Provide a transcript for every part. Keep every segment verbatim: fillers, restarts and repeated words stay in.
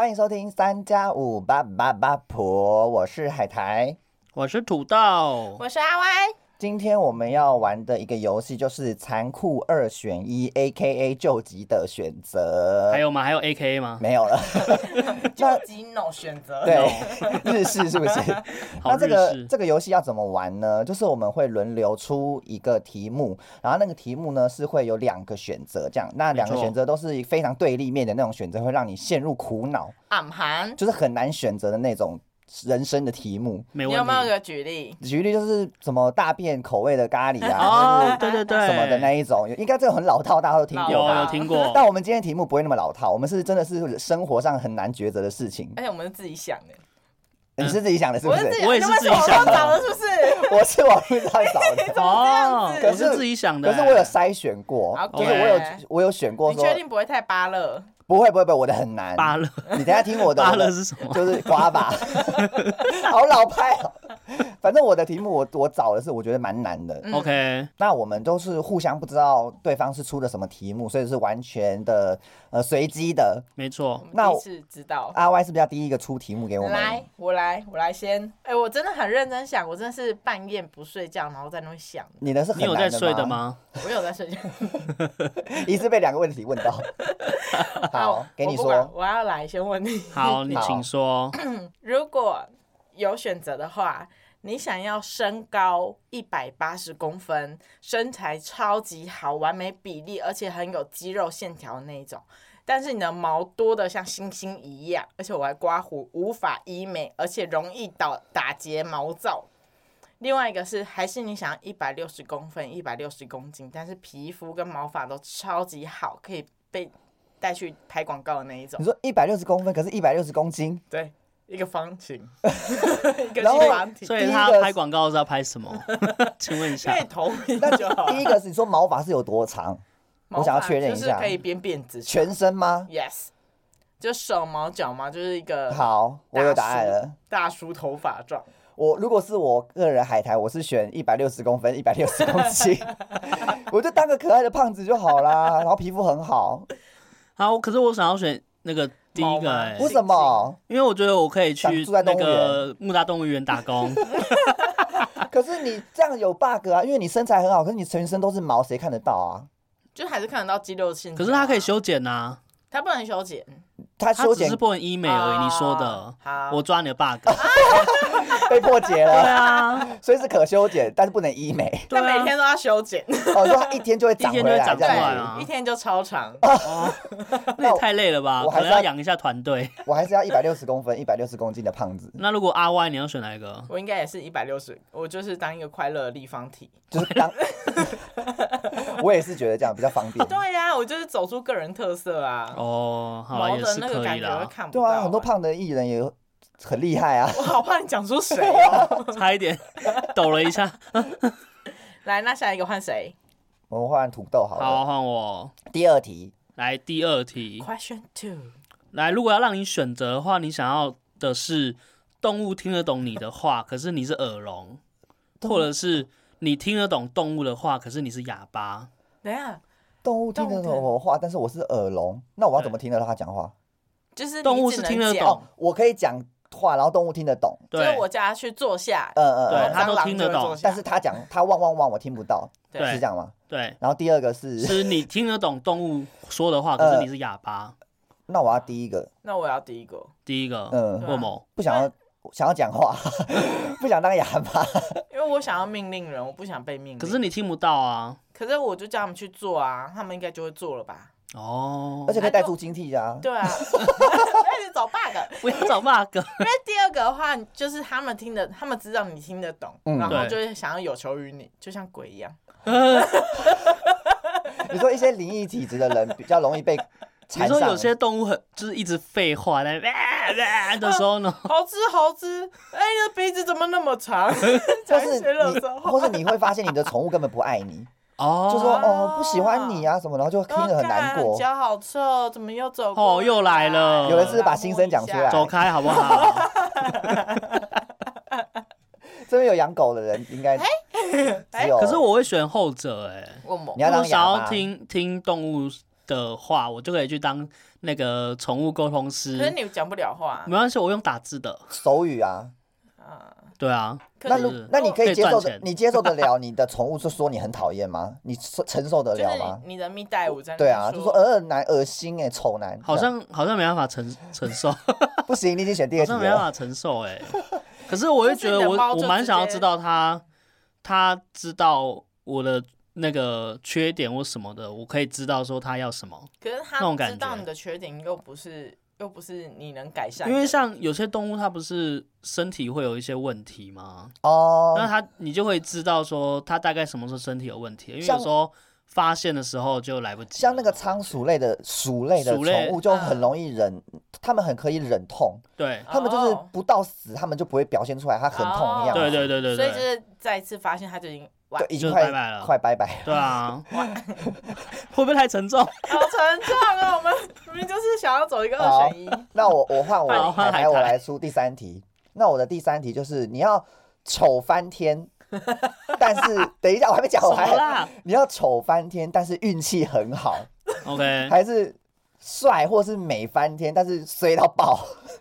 欢迎收听三加五八八八婆，我是海苔， 我是土豆， 我是阿歪。 今天我们要玩的一个游戏就是残酷二选一 ，A K A 救急的选择。 还有吗？还有 A K A 吗？ 没有了。 救急 no 选择。 对，日式是不是？那这个这个游戏要怎么玩呢？就是我们会轮流出一个题目，然后那个题目呢是会有两个选择，这样，那两个选择都是非常对立面的那种选择，会让你陷入苦恼， 暗含就是很难选择的那种。人生的题目， 没问题。 你有没有个举例？ 举例就是什么大便口味的咖喱啊， 哦，对对对， 什么的那一种，应该这个很老套，大家都听过。 有有听过。 但我们今天题目不会那么老套，我们是真的是生活上很难抉择的事情。 而且我们是自己想的。 你是自己想的，是不是？ 我也是自己想的， 找的，是不是？ 我是网络上找的。 哦， 可是自己想的。 可是我有筛选过，就是我有我有选过。 你确定不会太芭乐？ 不会不会不会，我的很难。 芭乐， 你等一下听我的。 芭乐是什么？ 就是瓜吧。好老派哦。反正我的题目我我找的是我觉得蛮难的。 OK，嗯、 那我们都是互相不知道对方是出的什么题目，所以是完全的呃随机的。 没错。 那我第一次知道阿 Y 是不是要第一个出题目给我们？ 来，我来，我来先。哎、欸，我真的很认真想，我真的是半夜不睡觉，然后在那边想。 你的是很难的吗？ 你有在睡的吗？ 我有在睡觉。 一次被两个问题问到。好，给你说。 我, 我要来先问你。 好，你请说。 如果有选择的话，你想要身高一百八十公分，身材超级好，完美比例，而且很有肌肉线条的那一种，但是你的毛多的像星星一样，而且我还刮胡，无法医美，而且容易打打结毛躁。另外一个是，还是你想要一百六十公分、一百六十公斤，但是皮肤跟毛发都超级好，可以被带去拍广告的那一种。 你说一百六十公分，可是一百六十公斤？ 对。一个方形，一个方体， 所以他拍广告是要拍什么？请问一下， 可以投影就好。 第一个是你说毛发是有多长？我想要确认一下， 就是可以编辫子。 全身吗 ？Yes， 就手毛脚毛，就是一个。 好，我有答案了。 大叔头发状。 我如果是我个人海苔，我是选一百六十公分，一百六十公斤，我就当个可爱的胖子就好啦，然后皮肤很好。 好，可是我想要选那个。第一个、欸， 为什么？ 因为我觉得我可以去那个木栅动物园打工。 可是你这样有 bug 啊，因为你身材很好，可是你全身都是毛，谁看得到啊？ 就还是看得到肌肉线、啊。 可是他可以修剪啊， 他不能修剪， 他修剪只是不能医美而已。你说的， 好， 我抓你的 bug， 被破解了。 对啊， 所以是可修剪，但是不能医美。 他每天都要修剪。 哦，说他一天就会长回来， 长出来啊， 一天就超长。 哦，那也太累了吧？我还是要养一下团队。 我还是要一百六十公分、一百六十公斤的胖子。 那如果阿 Y 你要选哪一个？ 我应该也是一百六十，我就是当一个快乐的立方体， 就是当。我也是觉得这样比较方便。 对呀、啊，我就是走出个人特色啊。 哦，好了，也是可以啦。 对啊，很多胖的艺人也很厉害啊。 我好怕你讲出谁哦， 差一点抖了一下。 来，那下一个换谁？ 我们换土豆好了。 好，换我。 第二题， 来第二题。 Question two。 来，如果要让你选择的话，你想要的是动物听得懂你的话，可是你是耳聋，或者是你听得懂动物的话，可是你是哑巴。 等一下， 动物听得懂我话，但是我是耳聋，那我要怎么听得到他讲话？ 就是动物是听得懂， 我可以讲话，然后动物听得懂。 就是我叫他去坐下， 嗯嗯， 对，他都听得懂， 但是他讲他汪汪汪，我听不到，是这样吗？ 对。 然后第二个是， 是你听得懂动物说的话，可是你是哑巴。 那我要第一个。 那我要第一个。 第一个， 嗯， 为什么？ 不想要。想要讲话，不想当哑巴， 因为我想要命令人，我不想被命令。 可是你听不到啊。 可是我就叫他们去做啊，他们应该就会做了吧？ 哦， 而且可以带助听器啊。 对啊，一直找 bug， 不要找 bug。 因为第二个的话，就是他们听得，他们知道你听得懂，嗯、然后就会想要有求于你，就像鬼一样。 你说一些灵异体质的人比较容易被。 你说有些动物很就是一直废话在的时候呢？ 好吃好吃，哎、欸，你的鼻子怎么那么长？ 或是你，或是你会发现你的宠物根本不爱你，哦，就说哦不喜欢你啊什么，然后就听得很难过。 脚好臭，怎么又走过来？ 哦，又来了。 有人是把心声讲出来， 走开好不好？ 这边有养狗的人应该只有， 可是我会选后者哎、欸。 你要当哑巴， 我想要听听动物的话，我就可以去当那个宠物沟通师。 可是你讲不了话， 没关系，我用打字的手语啊。 啊， 对啊， 那如那你可以接受的， 你接受得了你的宠物就说你很讨厌吗？你承受得了吗？ 就是你的蜜袋鼯在那对啊，就说呃男恶心哎、欸，丑男， 好像好像没办法承承受。 不行，你已经选第二题了， 好像没办法承受哎、欸。可是我会觉得我我蛮想要知道他他知道我的那个缺点或什么的，我可以知道说他要什么。 可是他知道你的缺点又不是。又不是你能改善的， 因为像有些动物，它不是身体会有一些问题吗？ 哦， 那它你就会知道说它大概什么时候身体有问题，因为有时候发现的时候就来不及。 像那个仓鼠类的鼠类的宠物就很容易忍，嗯、他们很可以忍痛， 对， 他们就是不到死，他们就不会表现出来它很痛的样子。 对对对对， 所以就是再一次发现它就已经。 对，已经快拜拜了， 快拜拜。 对啊，会不会太沉重？ 好沉重啊！我们明明就是想要走一个二选一。 那我我换我海苔，我来出第三题。那我的第三题就是你要丑翻天，但是等一下我还没讲完。你要丑翻天，但是运气很好。 OK， 还是帅或是美翻天，但是衰到爆。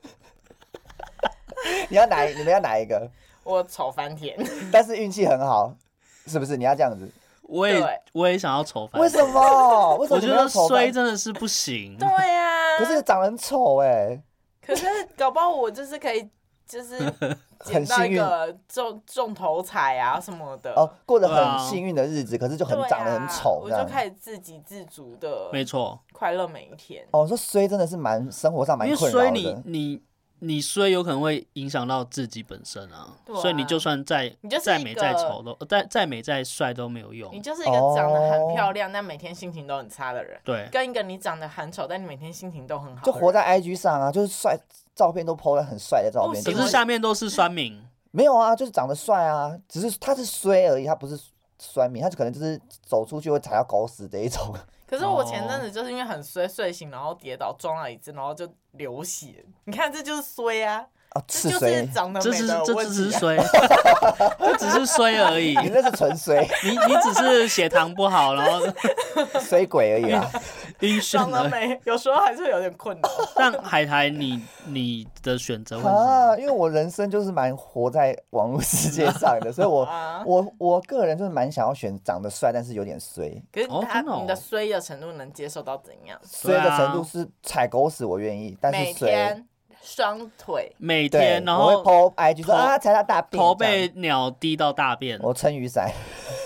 你要哪？你们要哪一个？ 我丑翻天， 但是运气很好，是不是？你要这样子。 我也我也想要丑翻天。 为什么？为什么我觉得衰真的是不行。 对呀、啊。 可是长得很丑哎、欸。 可是搞不好我就是可以，就是捡到一个中中头彩啊什么的。 哦，过得很幸运的日子，可是就很长得很丑、啊。 我就开始自给自足的， 没错， 快乐每一天。 哦，说衰真的是蛮生活上蛮困扰的。 因为衰你你。你衰有可能会影响到自己本身啊，啊所以你就算再再美再丑都再再美再帅都没有用。 你就是一个长得很漂亮、哦、但每天心情都很差的人， 对， 跟一个你长得很丑但你每天心情都很好， 就活在 I G 上啊，就是帅照片都 po 得很帅的照片， 可是下面都是酸民。 没有啊，就是长得帅啊，只是他是衰而已，他不是酸民，他就可能就是走出去会踩到狗屎这一种。 可是我前阵子就是因为很衰，睡醒然后跌倒撞到椅子，然后就流血。你看这就是衰啊！ 啊， 这就是长得美的问题、啊、 这只是衰，这只是衰而已。 你那是纯衰， 你你只是血糖不好，然后衰鬼而已啊。 晕眩长得美，有时候还是有点困扰。 但海苔你，你你的选择会是什么？ 啊，因为我人生就是蛮活在网络世界上的，所以我、啊、我我个人就是蛮想要选长得帅，但是有点衰。 可是他、 哦、 你的衰的程度能接受到怎样？ 衰的程度是踩狗屎我愿意，但是衰。 每天双腿， 每天，然后我会 po I G 说啊，踩到大便， 头被鸟滴到大便， 我撑雨伞，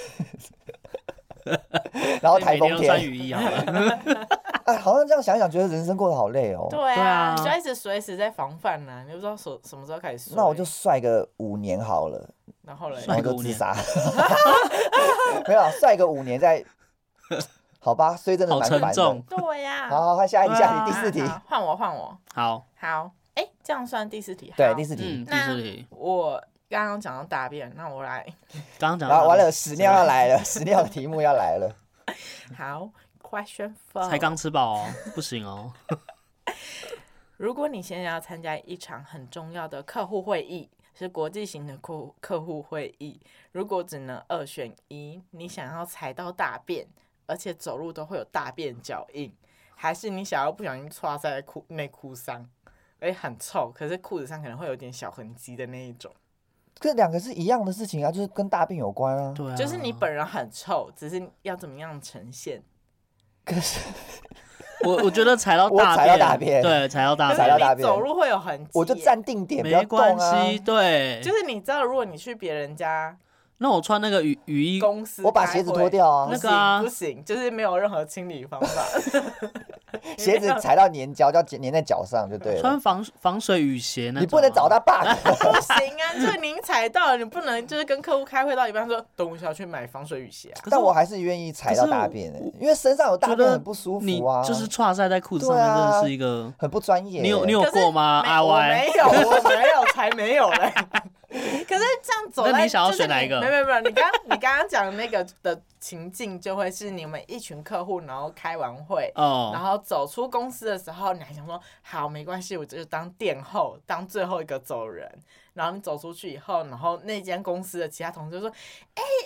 然后台风天穿雨衣好了。 哎，好像这样想一想，觉得人生过得好累哦。 对啊，你就一直随时在防范呐、啊，你不知道什什么时候开始。 那我就帅个五年好了， 然后嘞， 然后就自杀。没有，帅个五年再。好吧，所以真的蛮烦的。 对呀、啊。 好好，换下一题，下一题，第四题。 换我，换我。 好。 好，哎、欸，这样算第四题。 对，第四题。 嗯、第四题。 我刚刚讲到大便，那我来。 刚刚讲到。完了，屎尿要来了，屎尿的题目要来了。 好 ，Question four。 才刚吃饱哦，不行哦。 如果你现在要参加一场很重要的客户会议，是国际型的客客户会议，如果只能二选一，你想要踩到大便，而且走路都会有大便脚印，还是你想要不小心插在裤内裤上，哎，很臭，可是裤子上可能会有点小痕迹的那一种。 这两个是一样的事情啊，就是跟大便有关啊。 对啊， 就是你本人很臭，只是要怎么样呈现。 可是我我觉得踩到大便， 踩到大便， 对，踩到大便， 踩到大便， 走路会有痕迹， 我就站定点， 没关系， 啊、 对， 就是你知道，如果你去别人家。 那我穿那个雨雨衣， 公司我把鞋子脱掉啊， 那个啊不行，就是没有任何清理方法。 鞋子踩到粘胶，就要粘在脚上就对了。 穿防防水雨鞋那种、啊， 你不能找他 bug。 不行啊，就是你踩到了，你不能就是跟客户开会到一半说，等我一下去买防水雨鞋啊。 但我还是愿意踩到大便的、欸，因为身上有大便很不舒服啊。 就是剉晒在裤子上面，真的是一个、 啊、很不专业、欸。 你有你有过吗？阿歪， 没有，我没有，才没有嘞。可是这样走在， 那你想要选哪一个？ 没有没有没有，你刚你刚刚讲的那个的情境，就会是你们一群客户，然后开完会， 哦， 然后走出公司的时候，你还想说好没关系，我就当殿后，当最后一个走人。然后你走出去以后，然后那间公司的其他同事就说：“哎、欸、哎、欸，你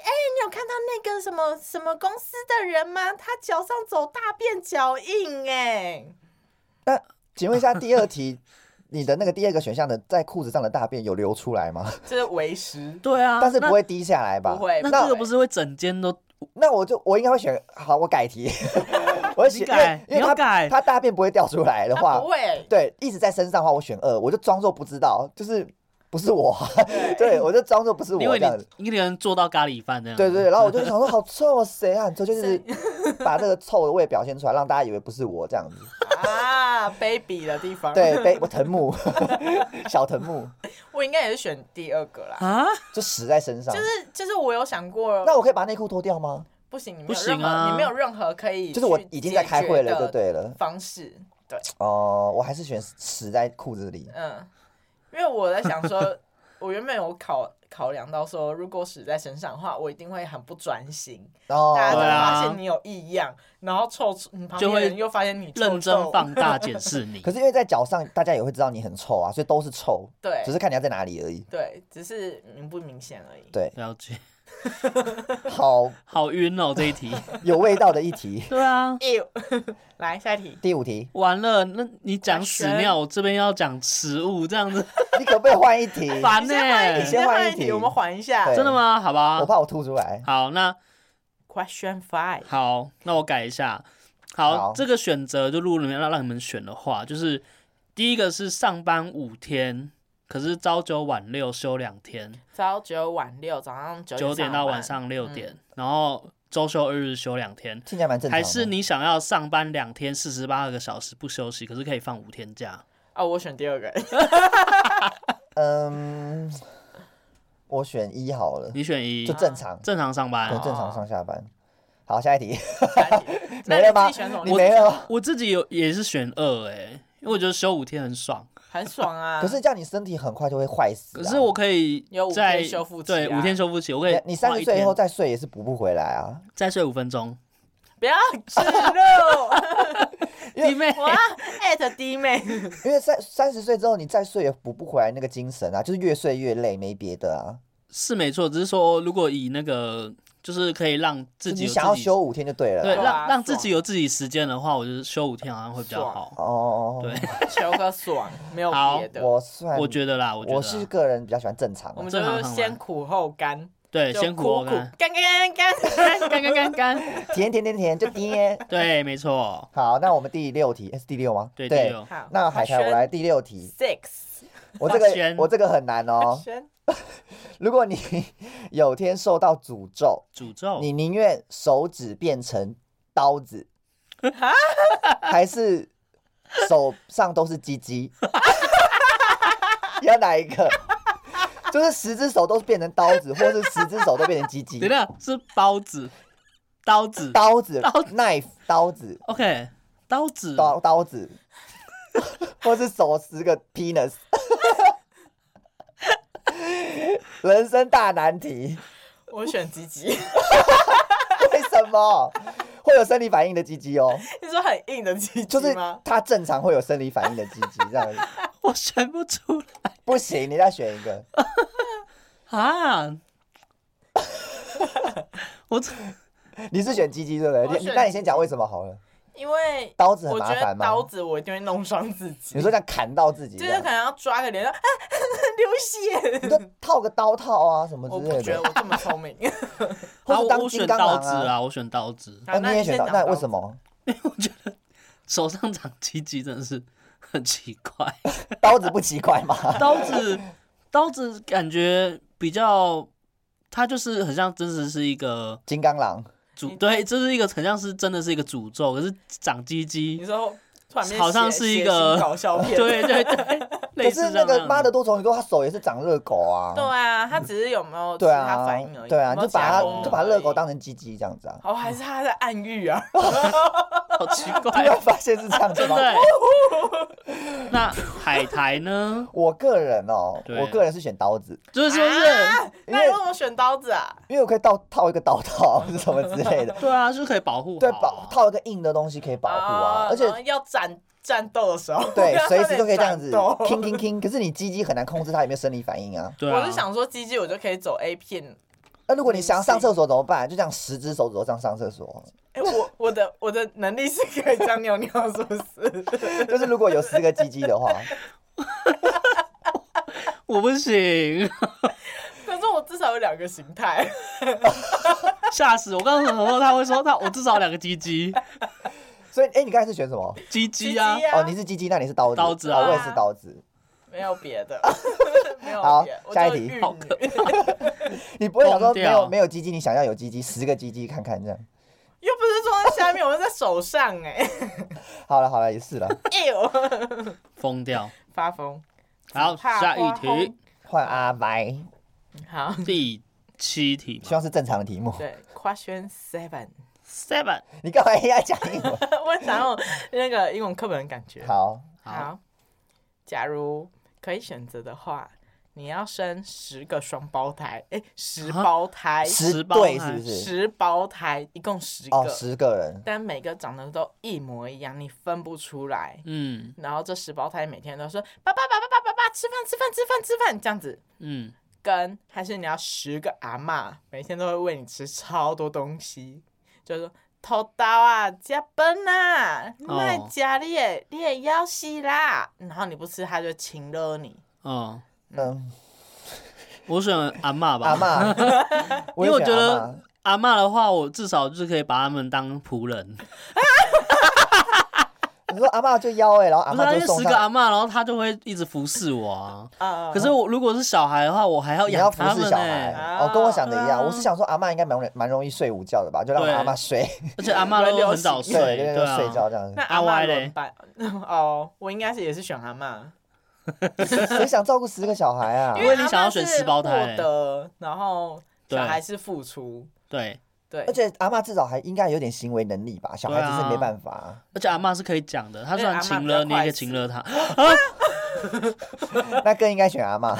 有看到那个什么什么公司的人吗？他脚上走大便脚印哎。 那请问一下，第二题，你的那个第二个选项的在裤子上的大便有流出来吗？ 这是为师。 对啊， 但是不会滴下来吧？ 不会。 那这个不是会整间都？ 那我就我应该会选，好，我改题。我选，因为因为他他大便不会掉出来的话， 不会。 对，一直在身上的话，我选二，我就装作不知道，就是不是我，对，我就装作不是我这样子。 一个人做到咖喱饭这样。 对对，然后我就想说，好臭，谁啊？你臭就是把这个臭的味表现出来，让大家以为不是我这样子。 啊 ，baby 的地方。 对，被我藤木，小藤木。 我应该也是选第二个啦。 啊， 就屎在身上。 就是就是，我有想过。 那我可以把内裤脱掉吗？ 不行，你没有任何，啊、你没有任何可以， 就是我已经在开会了，就对了。 方式对。 哦、呃，我还是选屎在裤子里。 嗯，因为我在想说，我原本有考考量到说，如果屎在身上的话，我一定会很不专心，哦、大家就会发现你有异样，然后臭，你旁边人又发现你臭臭认真放大检视你。 可是因为在脚上，大家也会知道你很臭啊，所以都是臭。 对， 只是看你要在哪里而已。 对，只是明不明显而已。 对， 了解。 好好晕哦，这一题有味道的一题。 对啊， 来下一题， 第五题。 完了，那你讲屎尿，我这边要讲食物，这样子， 你可不可以换一题？ 烦呢、欸， 你先换一题，我们缓一下。 真的吗？好吧， 我怕我吐出来。 好，那 Question Five。 好，那我改一下。好， 好这个选择就如果你们要让你们选的话，就是第一个是上班五天。可是朝九晚六休两天， 朝九晚六，早上九九点到晚上六点，嗯、然后周休二日休两天， 听起来蛮正常的。 还是你想要上班两天四十八个小时不休息，可是可以放五天假？ 哦，我选第二个。 嗯，我选一好了。 你选一， 就正常， 正常上班， 对，正常上下班。好，下一题。 下一题没了吗？你没了？ 我自己有也是选二哎、欸，因为我觉得休五天很爽。 很爽啊！ 可是这样你身体很快就会坏死、啊。 可是我可以有五天修复期、啊， 对，五天修复期，我可以。 你三十岁以后再睡也是补不回来啊！ 再睡五分钟。 不要吃肉， 弟妹， 我要艾特弟妹。 因为三三十岁之后你再睡也补不回来那个精神啊，就是越睡越累，没别的啊。 是没错，只是说如果以那个。就是可以让自己有自己你想要休五天就对了， 对，让让自己有自己时间的话，我觉得休五天好像会比较好。 哦， 对， 求个爽，没有别的。 我算， 我觉得啦，我觉得我是个人比较喜欢正常， 我们就是先苦后甘， 对，先苦后甘， 甘甘甘甘甘甘甘， 甜甜甜甜就甜。 对，没错。 好，那我们第六题是第六吗？ 对，第六。 那海苔，我来第六题。 Six， 我这个我这个很难哦。如果你有天受到诅咒， 诅咒， 你宁愿手指变成刀子，还是手上都是鸡鸡？要哪一个？就是十只手都变成刀子，或是十只手都变成鸡鸡？ 等等，是包子，刀子， 刀子 ，knife， 刀子。 OK， 刀子， 刀刀子，或是手十个 penis。人生大难题， 我选鸡鸡。 为什么会有生理反应的鸡鸡哦？ 你说很硬的鸡鸡吗？ 就是它正常会有生理反应的鸡鸡，这样子。 我选不出来。 不行，你再选一个。 啊！我你是选鸡鸡对不对？那你先讲为什么好了。 因为刀子很麻烦吗？ 刀子我一定会弄伤自己。 你说这样砍到自己， 就是可能要抓个脸，啊，流血。 你就套个刀套啊什么之类的。 我不觉得我这么聪明。 或是当金刚狼啊。 我选刀子啊，我选刀子。 啊，你也选刀？那为什么？ 因为我觉得手上长鸡鸡真的是很奇怪。 刀子不奇怪吗？ 刀子，刀子感觉比较，它就是很像，真实是一个金刚狼。 对，这是一个很像是真的是一个诅咒，可是长鸡鸡， 你说好像是一个搞笑片， 对对对。 可是那个妈的多重宇宙，他手也是长热狗啊。 对啊，他只是有没有其他反应而已。 对啊，就把他就把热狗当成鸡鸡这样子啊。 哦，还是他在暗喻啊？ 好奇怪， 突然发现是这样子吗？ 对。那海苔呢？ 我个人哦，我个人是选刀子， 就是说是， 那你为什么选刀子啊？ 因为我可以套套一个刀套是什么之类的。 对啊，就是可以保护， 对，保套一个硬的东西可以保护啊，而且要战战斗的时候， 对，随时都可以这样子king king king。可是你鸡鸡很难控制它有没有生理反应啊。 对啊， 我是想说鸡鸡我就可以走 A 片那如果你想要上厕所怎么办？就这样十只手指头这样上厕所。 哎、欸，我我的我的能力是可以这样尿尿，是不是？ 就是如果有十个鸡鸡的话， 我不行。 可是我至少有两个形态。 吓死！我刚刚说他会说他我至少有两个鸡鸡。 所以，哎、欸，你刚才是选什么？ 鸡鸡啊！ 哦，你是鸡鸡，那你是刀子。 刀子啊， 哦、我也是刀子。 没有别的。没有好，下一题。 好可你不会想说没有没有鸡鸡，你想要有鸡鸡，十个鸡鸡看看这样？ 又不是装在下面，我是在手上哎、欸。 好了好了，也是了。 哎呦， 疯掉， 发疯。 好，下一题， 换阿白。 好， 第七题， 希望是正常的题目。 对 ，Question Seven。 Seven， 你干嘛要讲英文？ 我想要那个英文课本的感觉。 好， 好。假如可以选择的话，你要生十个双胞胎，哎、欸，十胞胎， 十对是不是？ 十胞胎，一共十个， 哦，十个人， 但每个长得都一模一样，你分不出来。 嗯， 然后这十胞胎每天都说爸爸爸爸爸爸爸吃饭吃饭吃饭吃饭这样子， 嗯， 跟还是你要十个阿嬷，每天都会喂你吃超多东西，就是说。偷刀啊，吃饭啊，卖家你也你也要死啦，然后你不吃，他就亲了你。 哦， 嗯， 我选阿嬷吧。 阿嬷， 因为我觉得阿嬷的话，我至少就是可以把他们当仆人。 你说阿嬷就腰哎、欸，然后阿嬷就送十个阿嬷，然后他就会一直服侍我啊。 uh, 可是我如果是小孩的话，我还要养他们、欸。 你要服侍小孩，哦，跟我想的一样。我是想说阿嬷应该蛮蛮容易睡午觉的吧，就让阿嬷睡。 而且阿嬷都很早睡， 对， 对啊， 睡觉这样子。 那阿嬷轮班哦，我应该是也是选阿嬷。 谁想照顾十个小孩啊？ 因为你想要选十胞胎的，然后小孩是付出， 对。 对， 而且阿嬷至少还应该有点行为能力吧，小孩子是没办法、啊。 而且阿嬷是可以讲的，她虽然亲了，你也可以亲了她。 那更应该选阿嬷。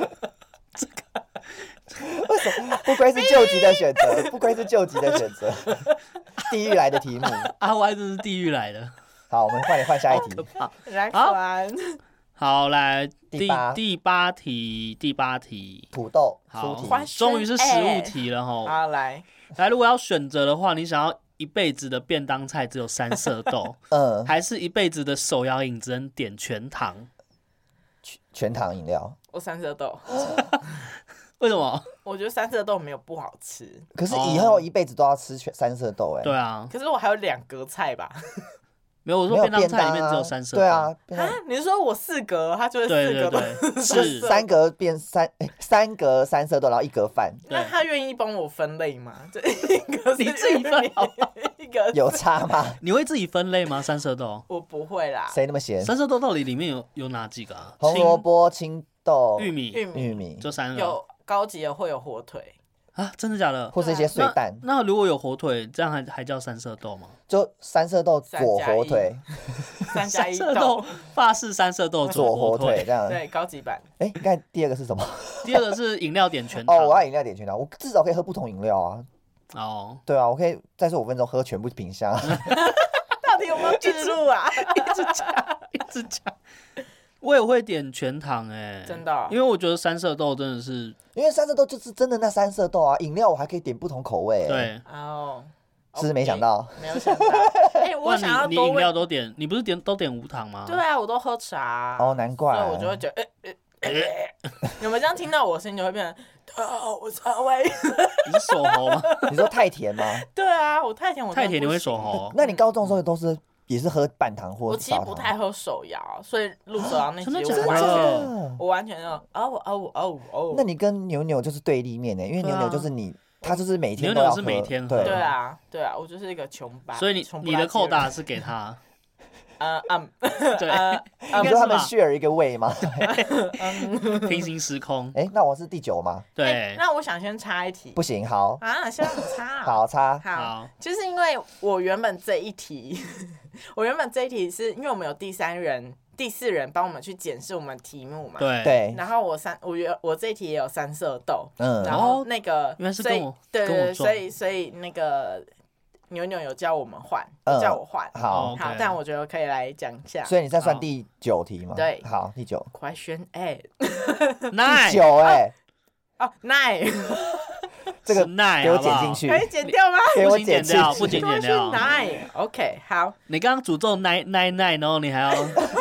为什么？不愧是救急的选择，不愧是救急的选择。地狱来的题目， 阿歪真是地狱来的。 好，我们快点换下一题。 来看。 好，来第八第八题，第八题， 土豆好， 题终于是食物题了哈。 好，来来，如果要选择的话，你想要一辈子的便当菜只有三色豆， 嗯， 还是一辈子的手摇饮只能点全糖？ 全糖饮料。 我三色豆。 为什么？ 我觉得三色豆没有不好吃。 可是以后一辈子都要吃全三色豆哎、欸。 对啊。 可是我还有两格菜吧。 没有，我说便当菜里面只有三色豆。 对啊， 啊，你是说我四格，它就是四格的，是三格变三，三格三色豆，然后一格饭。 那他愿意帮我分类吗？这一个你自己分好吗？ 一个有差吗？ 你会自己分类吗？三色豆？ 我不会啦。 谁那么闲？ 三色豆到底里面有有哪几个啊？ 红萝卜、青豆、 玉米、 玉米、 玉米， 就三个。 有高级的会有火腿。 啊，真的假的？ 或是一些碎蛋。 那, 那如果有火腿，这样还还叫三色豆吗？ 就三色豆佐火腿， 三加一豆，法式三色豆佐火腿这样。 对，高级版。 哎、欸，刚才第二个是什么？ 第二个是饮料点全糖。 哦，我要饮料点全糖，我至少可以喝不同饮料啊。 哦， 对啊，我可以再说五分钟喝全部品项。 到底有没有记录啊？ 一直讲，一直讲。我也会点全糖哎、欸， 真的、哦， 因为我觉得三色豆真的是， 因为三色豆就是真的那三色豆啊，饮料我还可以点不同口味、欸， 对， 哦， 是不是没想到？ 没有想到，哎、欸，我想要你饮料都点，你不是点都点无糖吗？ 对啊，我都喝茶， 哦，难怪， 所以我就会觉得，哎、欸、哎、欸欸，有没有这样听到我声音就会变成，哦，我超喂， 你是锁喉吗？ 你说太甜吗？ 对啊，我太甜，我太甜你会锁喉。 那你高中的时候都是？也是喝半糖或我其实不太喝手摇，所以录手摇那集我完全我完全就哦哦哦哦。 那你跟牛牛就是对立面呢，因为牛牛就是你，他就是每天牛牛是每天喝， 对啊对啊，我就是一个穷爸。 所以你你的扣打是给他。 呃嗯， 对， 你说他们 share 一个胃吗？ 平行时空。 哎，那我是第九吗？ 对。 那我想先插一题。 不行，好啊，先让你插。 好插。 好，就是因为我原本这一题，我原本这一题是因为我们有第三人、第四人帮我们去检视我们题目嘛。 对对。 然后我三，我原我这一题也有三色豆， 嗯， 然后那个， 原来是跟我， 对对，所以所以那个。牛牛有叫我们换，嗯、叫我换， 好， 好，但我觉得可以来讲一下。 所以你在算第九题吗？ 对， 好，第九。 Question eight， nine， 第九哎， 哦 ，nine， 这个奈给我剪进去， 可以剪掉吗？ 给我不剪剪掉，不剪剪掉。 奈 ，OK， 好。 你刚刚诅咒奈奈奈，然后你还要，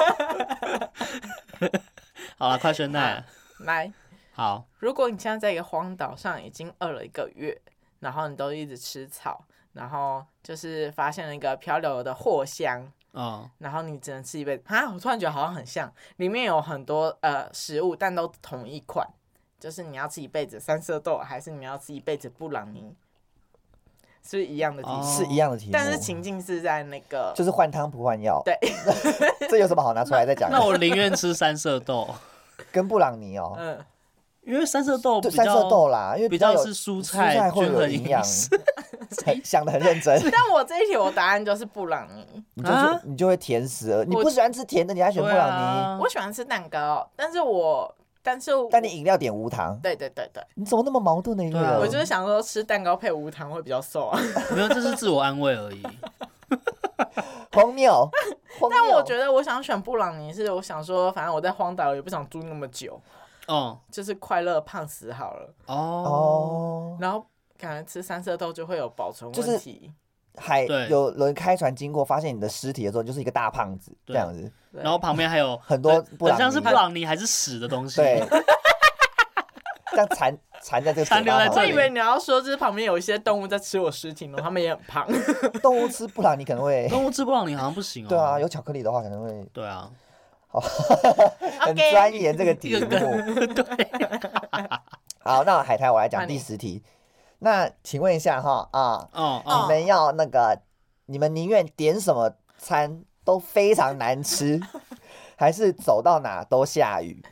好了，快选奈。 来， 好。 如果你现在在一个荒岛上已经饿了一个月，然后你都一直吃草，然后就是发现了一个漂流的藿香。 嗯， 然后你只能吃一辈子啊！我突然觉得好像很像，里面有很多呃食物，但都同一款，就是你要吃一辈子三色豆，还是你要吃一辈子布朗尼，是不是一样的题目？ 是一样的题目， 但是情境是在那个， 就是换汤不换药。 对， 这有什么好拿出来再讲？ 那我宁愿吃三色豆， 跟布朗尼哦， 嗯， 因为三色豆比三色豆啦，因为比较是蔬菜，蔬菜会有营养。想得很认真， 但我这一题我答案就是布朗尼， 你就啊、你就会甜死了。你不喜欢吃甜的，你还选布朗尼？ 啊、 我喜欢吃蛋糕，但是我但是但你饮料点无糖， 对对对对， 你怎么那么矛盾的一个人？ 啊、 我就是想说吃蛋糕配无糖会比较瘦啊， 没有，这是自我安慰而已。 荒谬， 但我觉得我想选布朗尼，是我想说，反正我在荒岛也不想住那么久， 哦， 就是快乐胖死好了。 哦， 然后感觉吃三色豆就会有保存问题。 海有人开船经过，发现你的尸体的时候，就是一个大胖子这样子， 然后旁边还有很多布朗尼， 很像是布朗尼还是屎的东西， 对，这样缠缠在这个残留在这里。 我以为你要说，就是旁边有一些动物在吃我尸体呢，他们也很胖。 动物吃布朗尼可能会， 动物吃布朗尼好像不行哦。 对啊，有巧克力的话可能会。 对啊， 好，很钻研这个题目。 对， 好，那海苔我来讲第十题。那请问一下哈啊， 哦哦，你们要那个，你们宁愿点什么餐都非常难吃，还是走到哪都下雨？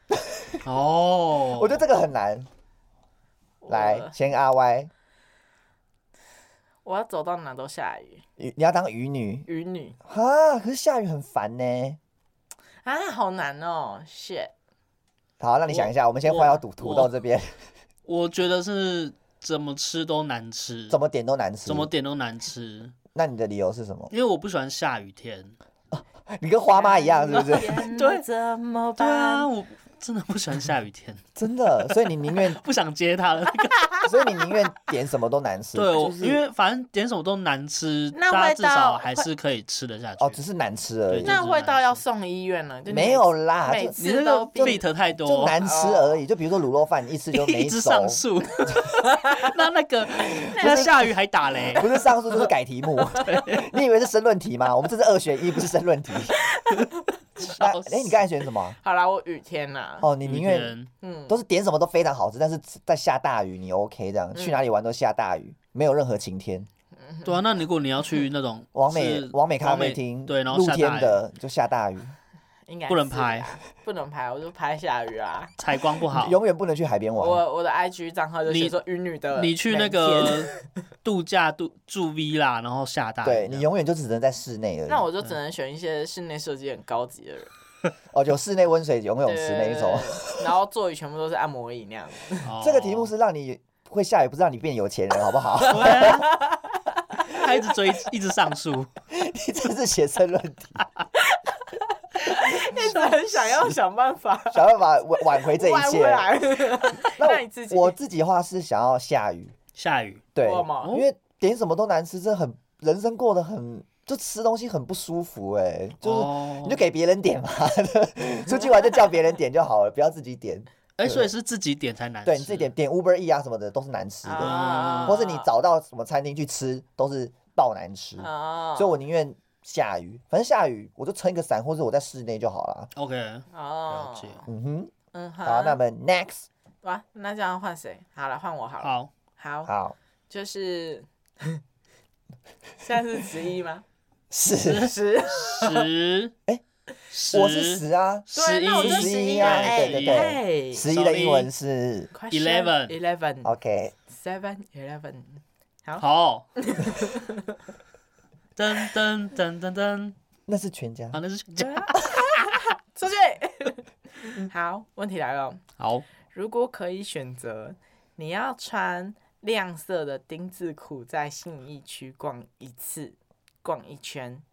哦， 我觉得这个很难。来，先阿 Y， 我要走到哪都下雨。 你要当雨女？ 雨女啊，可是下雨很烦呢。 啊，好难哦 ，shit。 好，那你想一下，我们先换到土土豆这边。 我觉得是。怎么吃都难吃， 怎么点都难吃， 怎么点都难吃。 那你的理由是什么？ 因为我不喜欢下雨天。 哦、你跟花妈一样，是不是？ 对， 怎么办？ 对啊，我真的不喜欢下雨天， 真的。所以你宁愿不想接他了、那個。所以你宁愿点什么都难吃。 对， 就是、 因为反正点什么都难吃， 那大家至少还是可以吃得下去。 哦，只是难吃而已。 那味道要送医院了？ 没有啦， 每次都 beat 太多， 就难吃而已。就比如说卤肉饭，一吃就没熟。 一直上诉。那那个那下雨还打雷， 不是上诉就是改题目。你以为是申论题吗？我们这是二选一，不是申论题。哎、欸，你刚才选什么？ 好啦，我雨天啦。 哦，你宁愿嗯，都是点什么都非常好吃，但是在下大雨你 OK 这样，去哪里玩都下大雨，没有任何晴天。 对啊，那如果你要去那种完美完美咖啡厅， 对，然后露天的就下大雨， 应该不能拍， 不能拍，我就拍下雨啊， 采光不好， 永远不能去海边玩。 我我的 I G 账号就写说雨女的， 你去那个度假度住 villa， 然后下大雨， 对你永远就只能在室内而已。 那我就只能选一些室内设计很高级的人。 哦，有室内温水游泳池那一种， 然后座椅全部都是按摩椅那样子。 哦、 这个题目是让你会下雨，不是让你变有钱人，好不好？ 他一直追，一直上诉。 你这是写申论题， 一直很想要想办法， 想办法挽回这一切。 那你自己， 我自己的话是想要下雨， 下雨， 对，因为点什么都难吃，这很人生过得很。就吃东西很不舒服哎、欸，就是你就给别人点嘛，出去玩就叫别人点就好了，不要自己点。 哎、欸，所以是自己点才难吃。 对，你自己点点 Uber E 啊什么的都是难吃的，啊、或是你找到什么餐厅去吃都是爆难吃。啊、所以我宁愿下雨，反正下雨我就撑一个伞，或者我在室内就好了。 OK， 哦， 了解。 嗯哼，嗯好，那么 next， 哇，那这样换谁？好了，换我好了。 好， 好， 好， 就是现在是十一吗？ 十十十哎，我是十啊， 十一十一啊，对对对，十一的英文是 eleven eleven OK seven eleven 好好，噔噔噔噔噔， 那是全家啊，那是全家， 出去。好，问题来了， 好， 如果可以选择，你要穿亮色的丁字裤在信义区逛一次。逛一圈，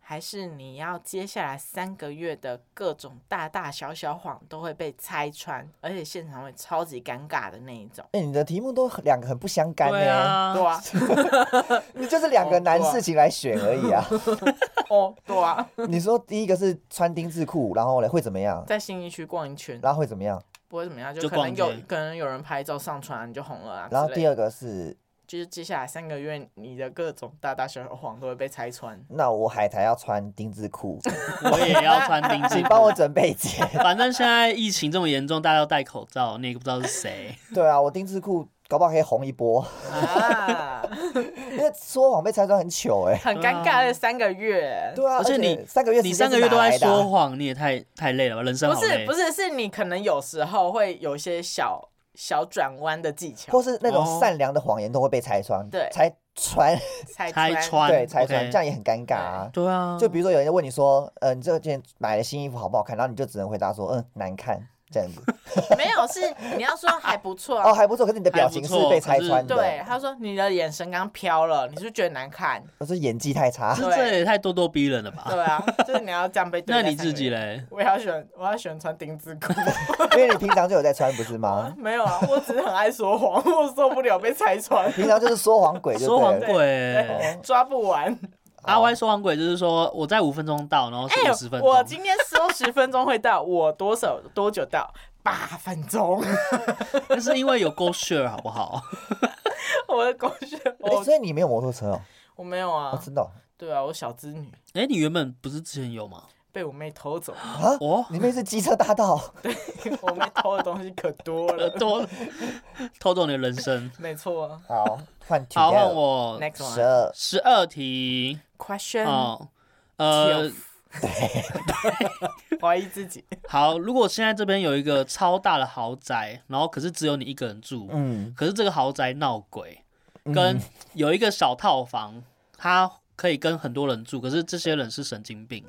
还是你要接下来三个月的各种大大小小谎都会被拆穿，而且现场会超级尴尬的那一种？ 哎、欸，你的题目都两个很不相干呢、欸。 对啊， 对啊， 你就是两个难事情来选而已啊。 哦，对啊。 你说第一个是穿丁字裤，然后呢会怎么样？ 在信义区逛一圈， 然后会怎么样？ 不会怎么样，就可能有可能有人拍照上传，你就红了啊。 然后第二个是。 就是接下来三个月，你的各种大大小小谎都会被拆穿。 那我海苔要穿丁字裤， 我也要穿丁字裤， 请帮我准备一件。 反正现在疫情这么严重，大家要戴口罩，你也不知道是谁。 对啊，我丁字裤搞不好可以红一波啊！因为说谎被拆穿很糗哎、 欸，很尴尬的三个月。 对啊， 而且你三个月， 你三个月都在说谎，你也太太累了吧？人生好累。 不是不是，是你可能有时候会有一些小。小转弯的技巧， 或是那种善良的谎言都会被拆穿， 对， 拆穿， 拆穿， 对，拆穿， okay. 这样也很尴尬啊。 对啊， 就比如说有人问你说，呃，你这件买的新衣服好不好看？然后你就只能回答说，嗯，难看。这样子没有，是你要说还不错、 啊、哦，还不错，可是你的表情是被拆穿的。 对，他说你的眼神刚飘了，你是不是觉得难看？ 我说演技太差， 这也太咄咄逼人了吧？ 对啊，就是你要这样被对待。 那你自己嘞？ 我要选，我要选穿丁字裤， 因为你平常就有在穿，不是吗？ 没有啊，我只是很爱说谎，我受不了被拆穿。 平常就是说谎鬼就对了， 说谎鬼抓不完。 阿歪说谎鬼就是说我在五分钟到，然后是五十分钟、 欸。我今天说十分钟会到，我多少多久到？八分钟。 那是因为有 Go Share 好不好？ 我的 Go Share，、 欸、所以你没有摩托车哦？ 我没有啊。 我知道。 对啊，我小资女。 哎、欸，你原本不是之前有吗？ 被我妹偷走啊！哦，你妹是机车大盗。 对，我妹偷的东西可多了， 多偷走你的人生。 没错。 好，换题。 好，换我。 十二十二题。 Question。 哦，呃。 对，怀疑自己。 好，如果现在这边有一个超大的豪宅，然后可是只有你一个人住，嗯，可是这个豪宅闹鬼，跟有一个小套房，它可以跟很多人住，可是这些人是神经病。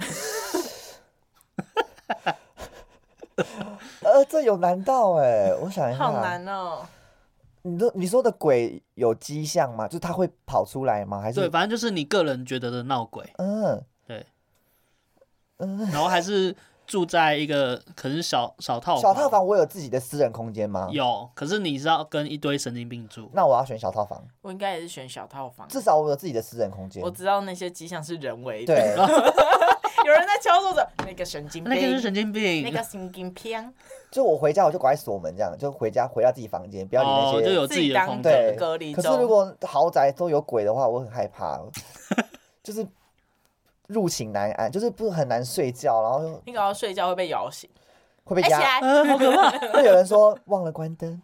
呃，这有难到哎，我想一下， 好难哦。 你的你说的鬼有迹象吗？就是他会跑出来吗？还是对，反正就是你个人觉得的闹鬼。嗯，对。嗯，然后还是住在一个可能是小小套房。 小套房我有自己的私人空间吗？ 有，可是你是要跟一堆神经病住。 那我要选小套房。 我应该也是选小套房， 至少我有自己的私人空间。 我知道那些迹象是人为的。 对。 有人在敲桌子，那个神经病， 那个是神经病， 那个神经病。 就我回家我就赶快锁门，这样就回家回到自己房间，不要理那些、 哦、就有自己的空间隔离。 可是如果豪宅都有鬼的话，我很害怕，就是入寝难安，就是不很难睡觉，然后你搞到睡觉会被摇醒， 会被压， 呃、好可怕。 会有人说忘了关灯，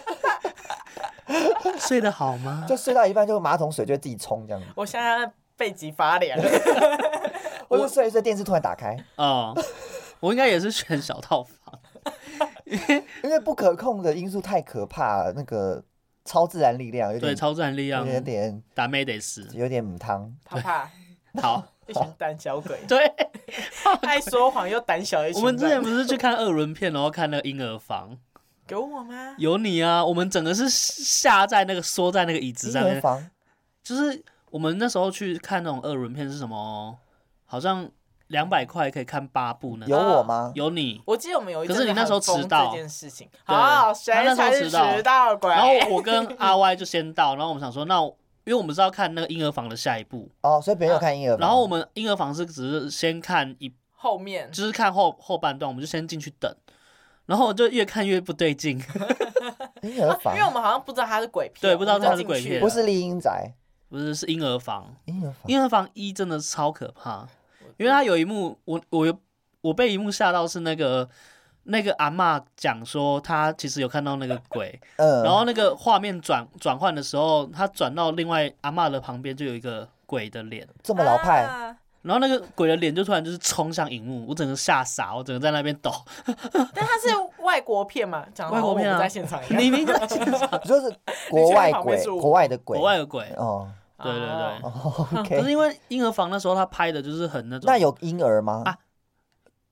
睡得好吗？ 就睡到一半就马桶水就会自己冲这样。 我现在背脊发凉。 或者睡一睡电视突然打开。 哦、嗯，我应该也是选小套房， 因为不可控的因素太可怕了，那个超自然力量有点对超自然力量有点打妹得死， 有点母汤。 怕怕。 好， 一群胆小鬼。 对， 爱说谎又胆小一群。 我们之前不是去看二轮片，然后看那个婴儿房。 有我吗？ 有你啊！我们整个是下在那个缩在那个椅子上面。 婴儿房就是我们那时候去看那种二轮片是什么？好像两百块可以看八部呢。 有我吗？ 有你。 我记得我们有一阵可是你那时候迟到这件事情。好，谁才是迟到鬼？ 然后我跟阿 Y 就先到，然后我们想说，那因为我们是要看那个婴儿房的下一部哦，所以别人有看婴儿房。 然后我们婴儿房是只是先看一后面， 就是看后后半段，我们就先进去等。然后我就越看越不对劲。 婴儿房， 因为我们好像不知道它是鬼片， 对，不知道它是鬼片， 不是丽婴宅， 不是是婴儿房。 婴儿房， 婴儿房一真的超可怕。因为他有一幕，我我我被一幕吓到，是那个那个阿嬷讲说，她其实有看到那个鬼，嗯，然后那个画面转转换的时候，他转到另外阿嬷的旁边，就有一个鬼的脸， 这么老派， 啊、 然后那个鬼的脸就突然就是冲向荧幕，我整个吓傻，我整个在那边抖。 但它是外国片嘛，讲外国片啊， 在现场一样， 你明在现场， 就是国外鬼，国外的鬼， 国外的鬼哦。 对对对， 哦 okay、 可是因为婴儿房那时候他拍的就是很那种， 那有婴儿吗？ 啊，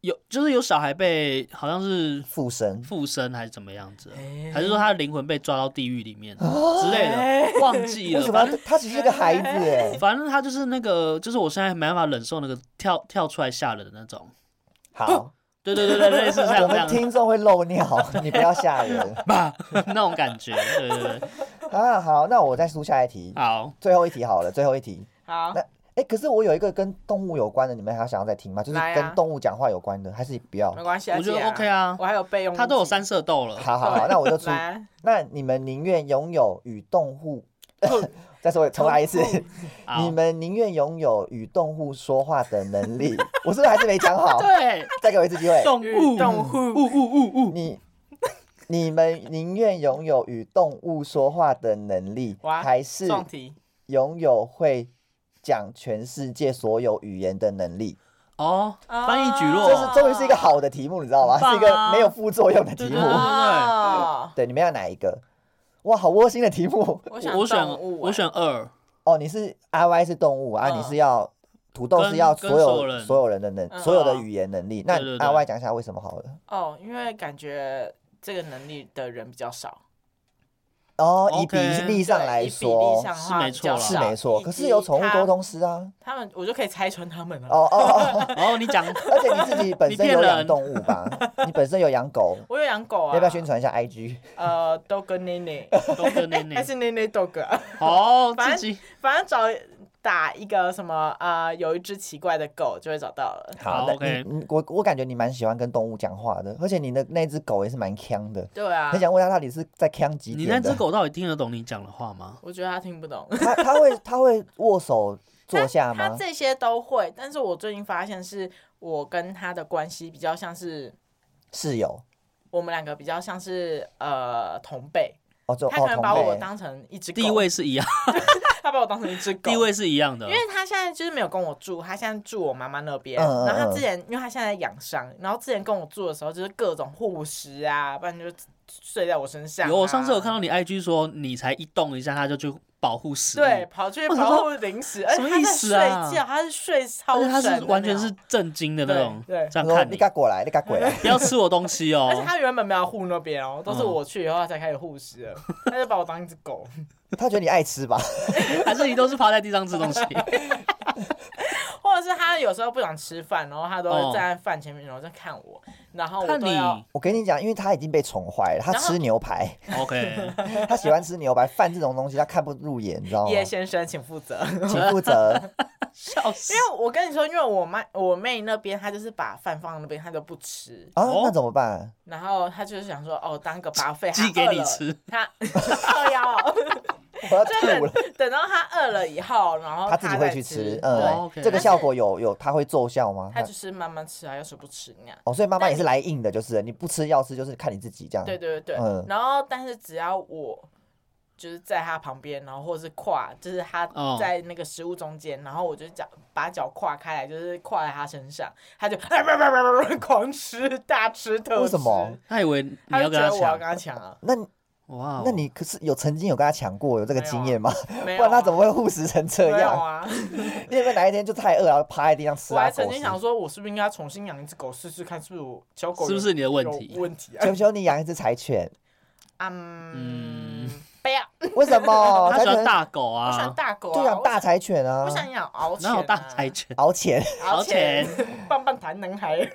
有就是有小孩被好像是附身， 附身还是怎么样子，欸、还是说他的灵魂被抓到地狱里面之类的，欸、忘记了。 为什么他其实是个孩子哎？ 反正他就是那个，就是我现在没办法忍受那个跳跳出来吓人的那种。 好， 对对对对，类似像这样。 我们听众会漏尿，你不要吓人吧，那种感觉。对对对。 啊，好，那我再出下一题。 好， 最后一题好了，最后一题。 好， 那。哎、欸，可是我有一个跟动物有关的，你们还想要再听吗？就是跟动物讲话有关的，还是不要？ 没关系、啊， 我觉得 OK 啊。 我还有备用， 他都有三色豆了。 好好好，那我就出。那你们宁愿拥有与动物，再说重来一次，你们宁愿拥有与动物说话的能力？我是不是还是没讲好？ 对， 再给我一次机会。 动物， 动物， 物物物物， 你你们宁愿拥有与动物说话的能力，还是拥有会讲全世界所有语言的能力？ 哦，翻译举落， 这是终于是一个好的题目，你知道吗？啊、是一个没有副作用的题目。 对, 对, 对, 对, 对，你们要哪一个？哇，好窝心的题目。 我想我选我选二。 哦，你是 I Y 是动物啊，嗯、你是要土豆是要所有所有人的能、嗯、所有的语言能力。那 I Y 讲一下为什么好了？ 哦，因为感觉这个能力的人比较少。 哦，以比例上来说是没错， 是没错。可是有宠物沟通师啊， 他们我就可以拆穿他们了。 哦哦哦， 哦，你讲， 而且你自己本身有养动物吧？你本身有养狗， 我有养狗啊。 要不要宣传一下 I G？ 呃，豆哥奶奶， 豆哥奶奶， 还是奶奶豆哥？ 哦， 自己反正找打一个什么啊、呃，有一只奇怪的狗就会找到了。 好的 ，OK， 我我感觉你蛮喜欢跟动物讲话的，而且你的那只狗也是蛮呛的。 对啊， 很想问他到底是在呛几点的？ 你那只狗到底听得懂你讲的话吗？ 我觉得他听不懂。 他他会他会握手坐下吗？ 他, 他这些都会，但是我最近发现是我跟他的关系比较像是室友， 我们两个比较像是呃同辈。 哦、 他可能把我当成一只狗， 地位是一样。 他把我当成一只狗， 地位是一样的。 因为他现在就是没有跟我住，他现在住我妈妈那边。嗯、然后他之前，因为他现在养伤，然后之前跟我住的时候，就是各种护食啊，不然就睡在我身上、啊。 有，我上次有看到你 I G 说，你才一动一下，他就去保护食物， 对，跑去保护零食，而且他在睡觉，他是睡超深， 他是完全是震惊的那种。 对， 这样看你， 你赶过来，你赶过来， 不要吃我东西哦。 而且他原本没有护那边哦，都是我去以后他才开始护食了，他就把我当一只狗。 他觉得你爱吃吧？ 还是你都是趴在地上吃东西？ 或者是他有时候不想吃饭，然后他都会站在饭前面，然后在看我，然后我都要。 我跟你讲，因为他已经被宠坏了，他吃牛排。 OK， 他喜欢吃牛排，饭这种东西他看不入眼，你知道吗？ 叶先生，请负责， 请负责。 笑死！ 因为我跟你说，因为我妹我妹那边，她就是把饭放在那边，她都不吃啊，那怎么办？ 然后她就是想说，哦，当个buffet 寄给你吃， 她饿要。 我要吐了。 等到他饿了以后，然后他自己会去吃。嗯， 哦 okay、 这个效果有有，他会奏效吗？ 他就是慢慢吃啊，要是不吃那样。 哦，所以妈妈也是来硬的，就是你不吃要吃，就是看你自己这样。 对对对对。嗯、然后，但是只要我就是在他旁边，然后或者是跨，就是他在那个食物中间，哦、然后我就脚把脚跨开来，就是跨在他身上，他就狂吃大吃特吃。 为什么？ 他以为你要跟他抢， 我要跟他抢啊？ 那。哇，那你可是有曾经有跟他抢过，有这个经验吗？没有、啊，不然他怎么会护食成这样？ 没有啊！ 你有没有哪一天就太饿，然后趴在地上吃啊？ 我还曾经想说，我是不是应该重新养一只狗试试看，是不是我小狗是不是你的问题？ 问题、啊？ 求求你养一只柴犬。 嗯，不要。 为什么？ 他喜欢大狗啊！ 我喜欢大狗、啊， 就养大柴犬啊！ 我想养獒犬、啊， 哪有大柴犬？ 獒犬， 獒犬，棒棒糖男孩。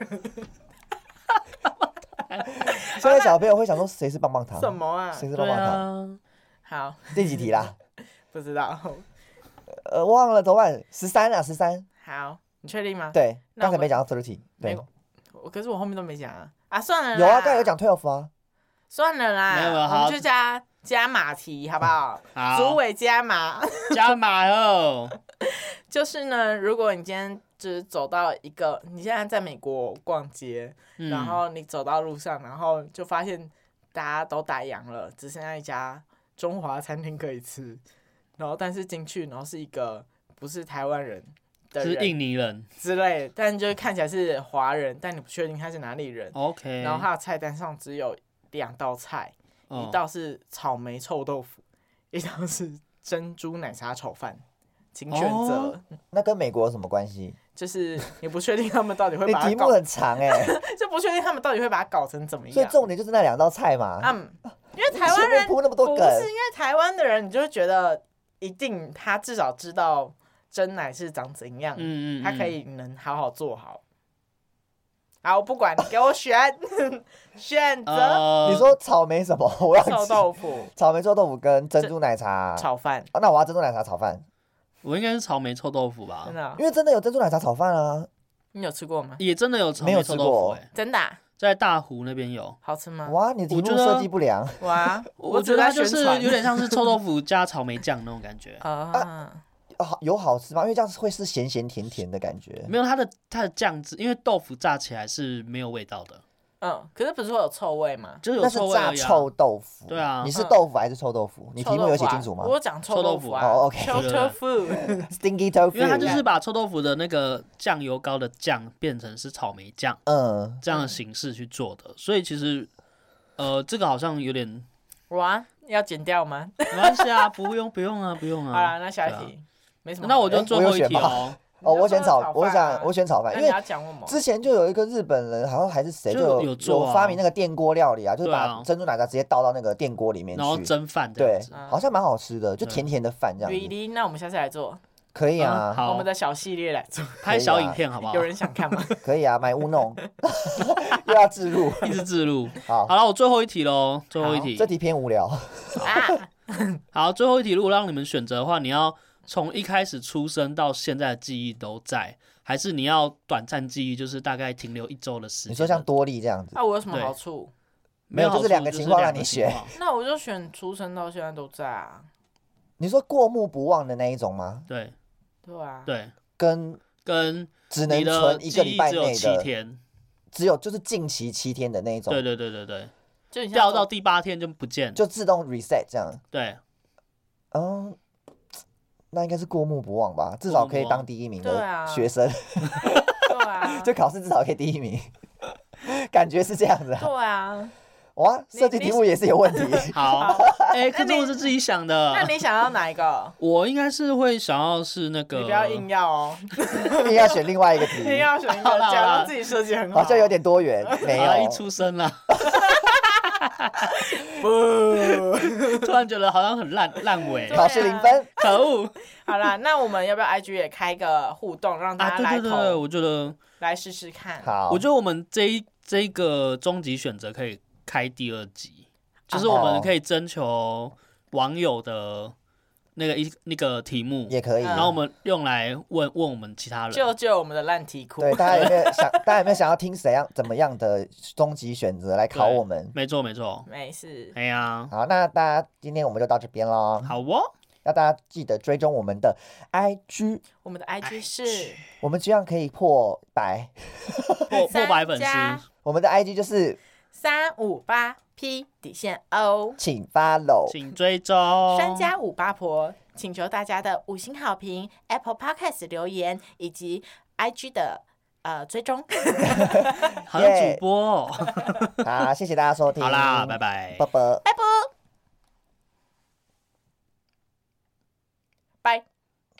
现在小朋友会想说谁是棒棒糖？ 什么啊？ 谁是棒棒糖？ 好， 第几题啦？ 不知道。 呃，忘了，怎么办？十三啊，十三。 好，你确定吗？ 对，刚才没讲到 thirty。对， 可是我后面都没讲啊。啊，算了啦。 有啊，刚才有讲 twelve 啊。 算了啦， 没有没有， 我们就加加码题，好不好？ 好。 主委加码。 加码哦。 就是呢，如果你今天就是走到一个，你现在在美国逛街，嗯、然后你走到路上，然后就发现大家都打烊了，只剩下一家中华餐厅可以吃，然后但是进去，然后是一个不是台湾人的人， 是印尼人之类，但就是看起来是华人，但你不确定他是哪里人。 OK。 然后他的菜单上只有两道菜，哦、一道是草莓臭豆腐，一道是珍珠奶茶炒饭。请选择、哦， 那跟美国有什么关系？ 就是你不确定他们到底会把它搞， 你题目很长哎、欸， 就不确定他们到底会把它搞成怎么样。 所以重点就是那两道菜嘛。 嗯，因为台湾人铺那么多梗， 不是因为台湾的人，你就会觉得一定他至少知道真奶是长怎样， 嗯嗯嗯， 他可以能好好做好。好，我不管，你给我选选择。 呃、 你说草莓什么？我要臭豆腐、 草莓臭豆腐跟珍珠奶茶炒饭、 啊。那我要珍珠奶茶炒饭。 我应该是草莓臭豆腐吧？ 真的、哦， 因为真的有珍珠奶茶炒饭啊。 你有吃过吗？ 也真的有草莓臭豆腐、欸， 真的、啊， 在大湖那边有。 好吃吗？ 哇，你题目设计不良。 哇， 我觉得它就是有点像是臭豆腐加草莓酱那种感觉啊。 有好吃吗？因为这样会是咸咸甜甜的感觉。 没有它的它的酱汁，因为豆腐炸起来是没有味道的。 嗯，可是不是会有臭味吗？ 就是有臭味而已啊。 那是炸臭豆腐。 对啊。 你是豆腐还是臭豆腐？嗯、你题目有写清楚吗？ 我讲臭豆腐啊。 哦 ，OK。 臭豆腐 ，Stinky tofu。 因为它就是把臭豆腐的那个酱油膏的酱变成是草莓酱，嗯，这样的形式去做的，所以其实，呃，这个好像有点。 哇，要剪掉吗？ 没关系啊，不用不用啊，不用啊。 好啦，那下一题。没什么， 那我就最后一题哦。 哦，我选炒，我想我选炒饭，因为之前就有一个日本人，好像还是谁，就有有发明那个电锅料理啊，就是把珍珠奶茶直接倒到那个电锅里面去， 然后蒸饭， 对，好像蛮好吃的，就甜甜的饭这样子。 那我们下次来做， 可以啊， 我们的小系列来做， 拍小影片好不好？ 有人想看吗？ 可以啊，买乌弄，又要置入， 一直置入。 好， 好了，我最后一题喽，最后一题， 这题偏无聊。 好，最后一题，如果让你们选择的话，你要。从一开始出生到现在的记忆都在，还是你要短暂记忆，就是大概停留一周的时间？ 你说像多利这样子？ 那、啊、我有什么好处？ 没有，就是两个情况让你选。 那我就选出生到现在都在啊。 你说过目不忘的那一种吗？ 对， 对啊， 对， 跟跟只能存一个礼拜内的， 只有七天， 只有就是近期七天的那一种。 对对对对对， 就掉到第八天就不见， 就自动 reset 这样。 对， 嗯。那应该是过目不忘吧，至少可以当第一名的学生。 对啊， 就考试至少可以第一名，感觉是这样子啊。 对啊， 哇，设计题目也是有问题。 好，哎，可是我是自己想的。 那你想要哪一个？ 我应该是会想要是那个。 你不要硬要哦， 硬要选另外一个题。 硬要选一个，假如自己设计很好， 好像有点多元。没有， 一出生了。不，突然觉得好像很烂烂尾， 考试零分， 可恶！ 好啦，那我们要不要 I G 也开个互动，让大家来投？ 啊、对对对，我觉得来试试看。 好， 我觉得我们这一这一个终极选择可以开第二集，就是我们可以征求网友的那个一那个题目也可以， 然后我们用来问问我们其他人， 救救我们的烂题库。 对，大家有没有想？大家有没有想要听怎样怎么样的终极选择来考我们？ 没错没错， 没事。 哎呀， 好，那大家今天我们就到这边咯。 好哦， 那大家记得追踪我们的 I G， 我们的 I G 是， 我们这样可以破百， 破破百粉丝。 我们的 I G 就是三五八 P 底线 O， 请 follow， 请追踪。 专家五八婆，请求大家的五星好评 ，Apple Podcast 留言以及 I G 的呃追踪。 好像主播哦。 好，谢谢大家收听。 好啦，拜拜， 拜拜， 拜拜。拜。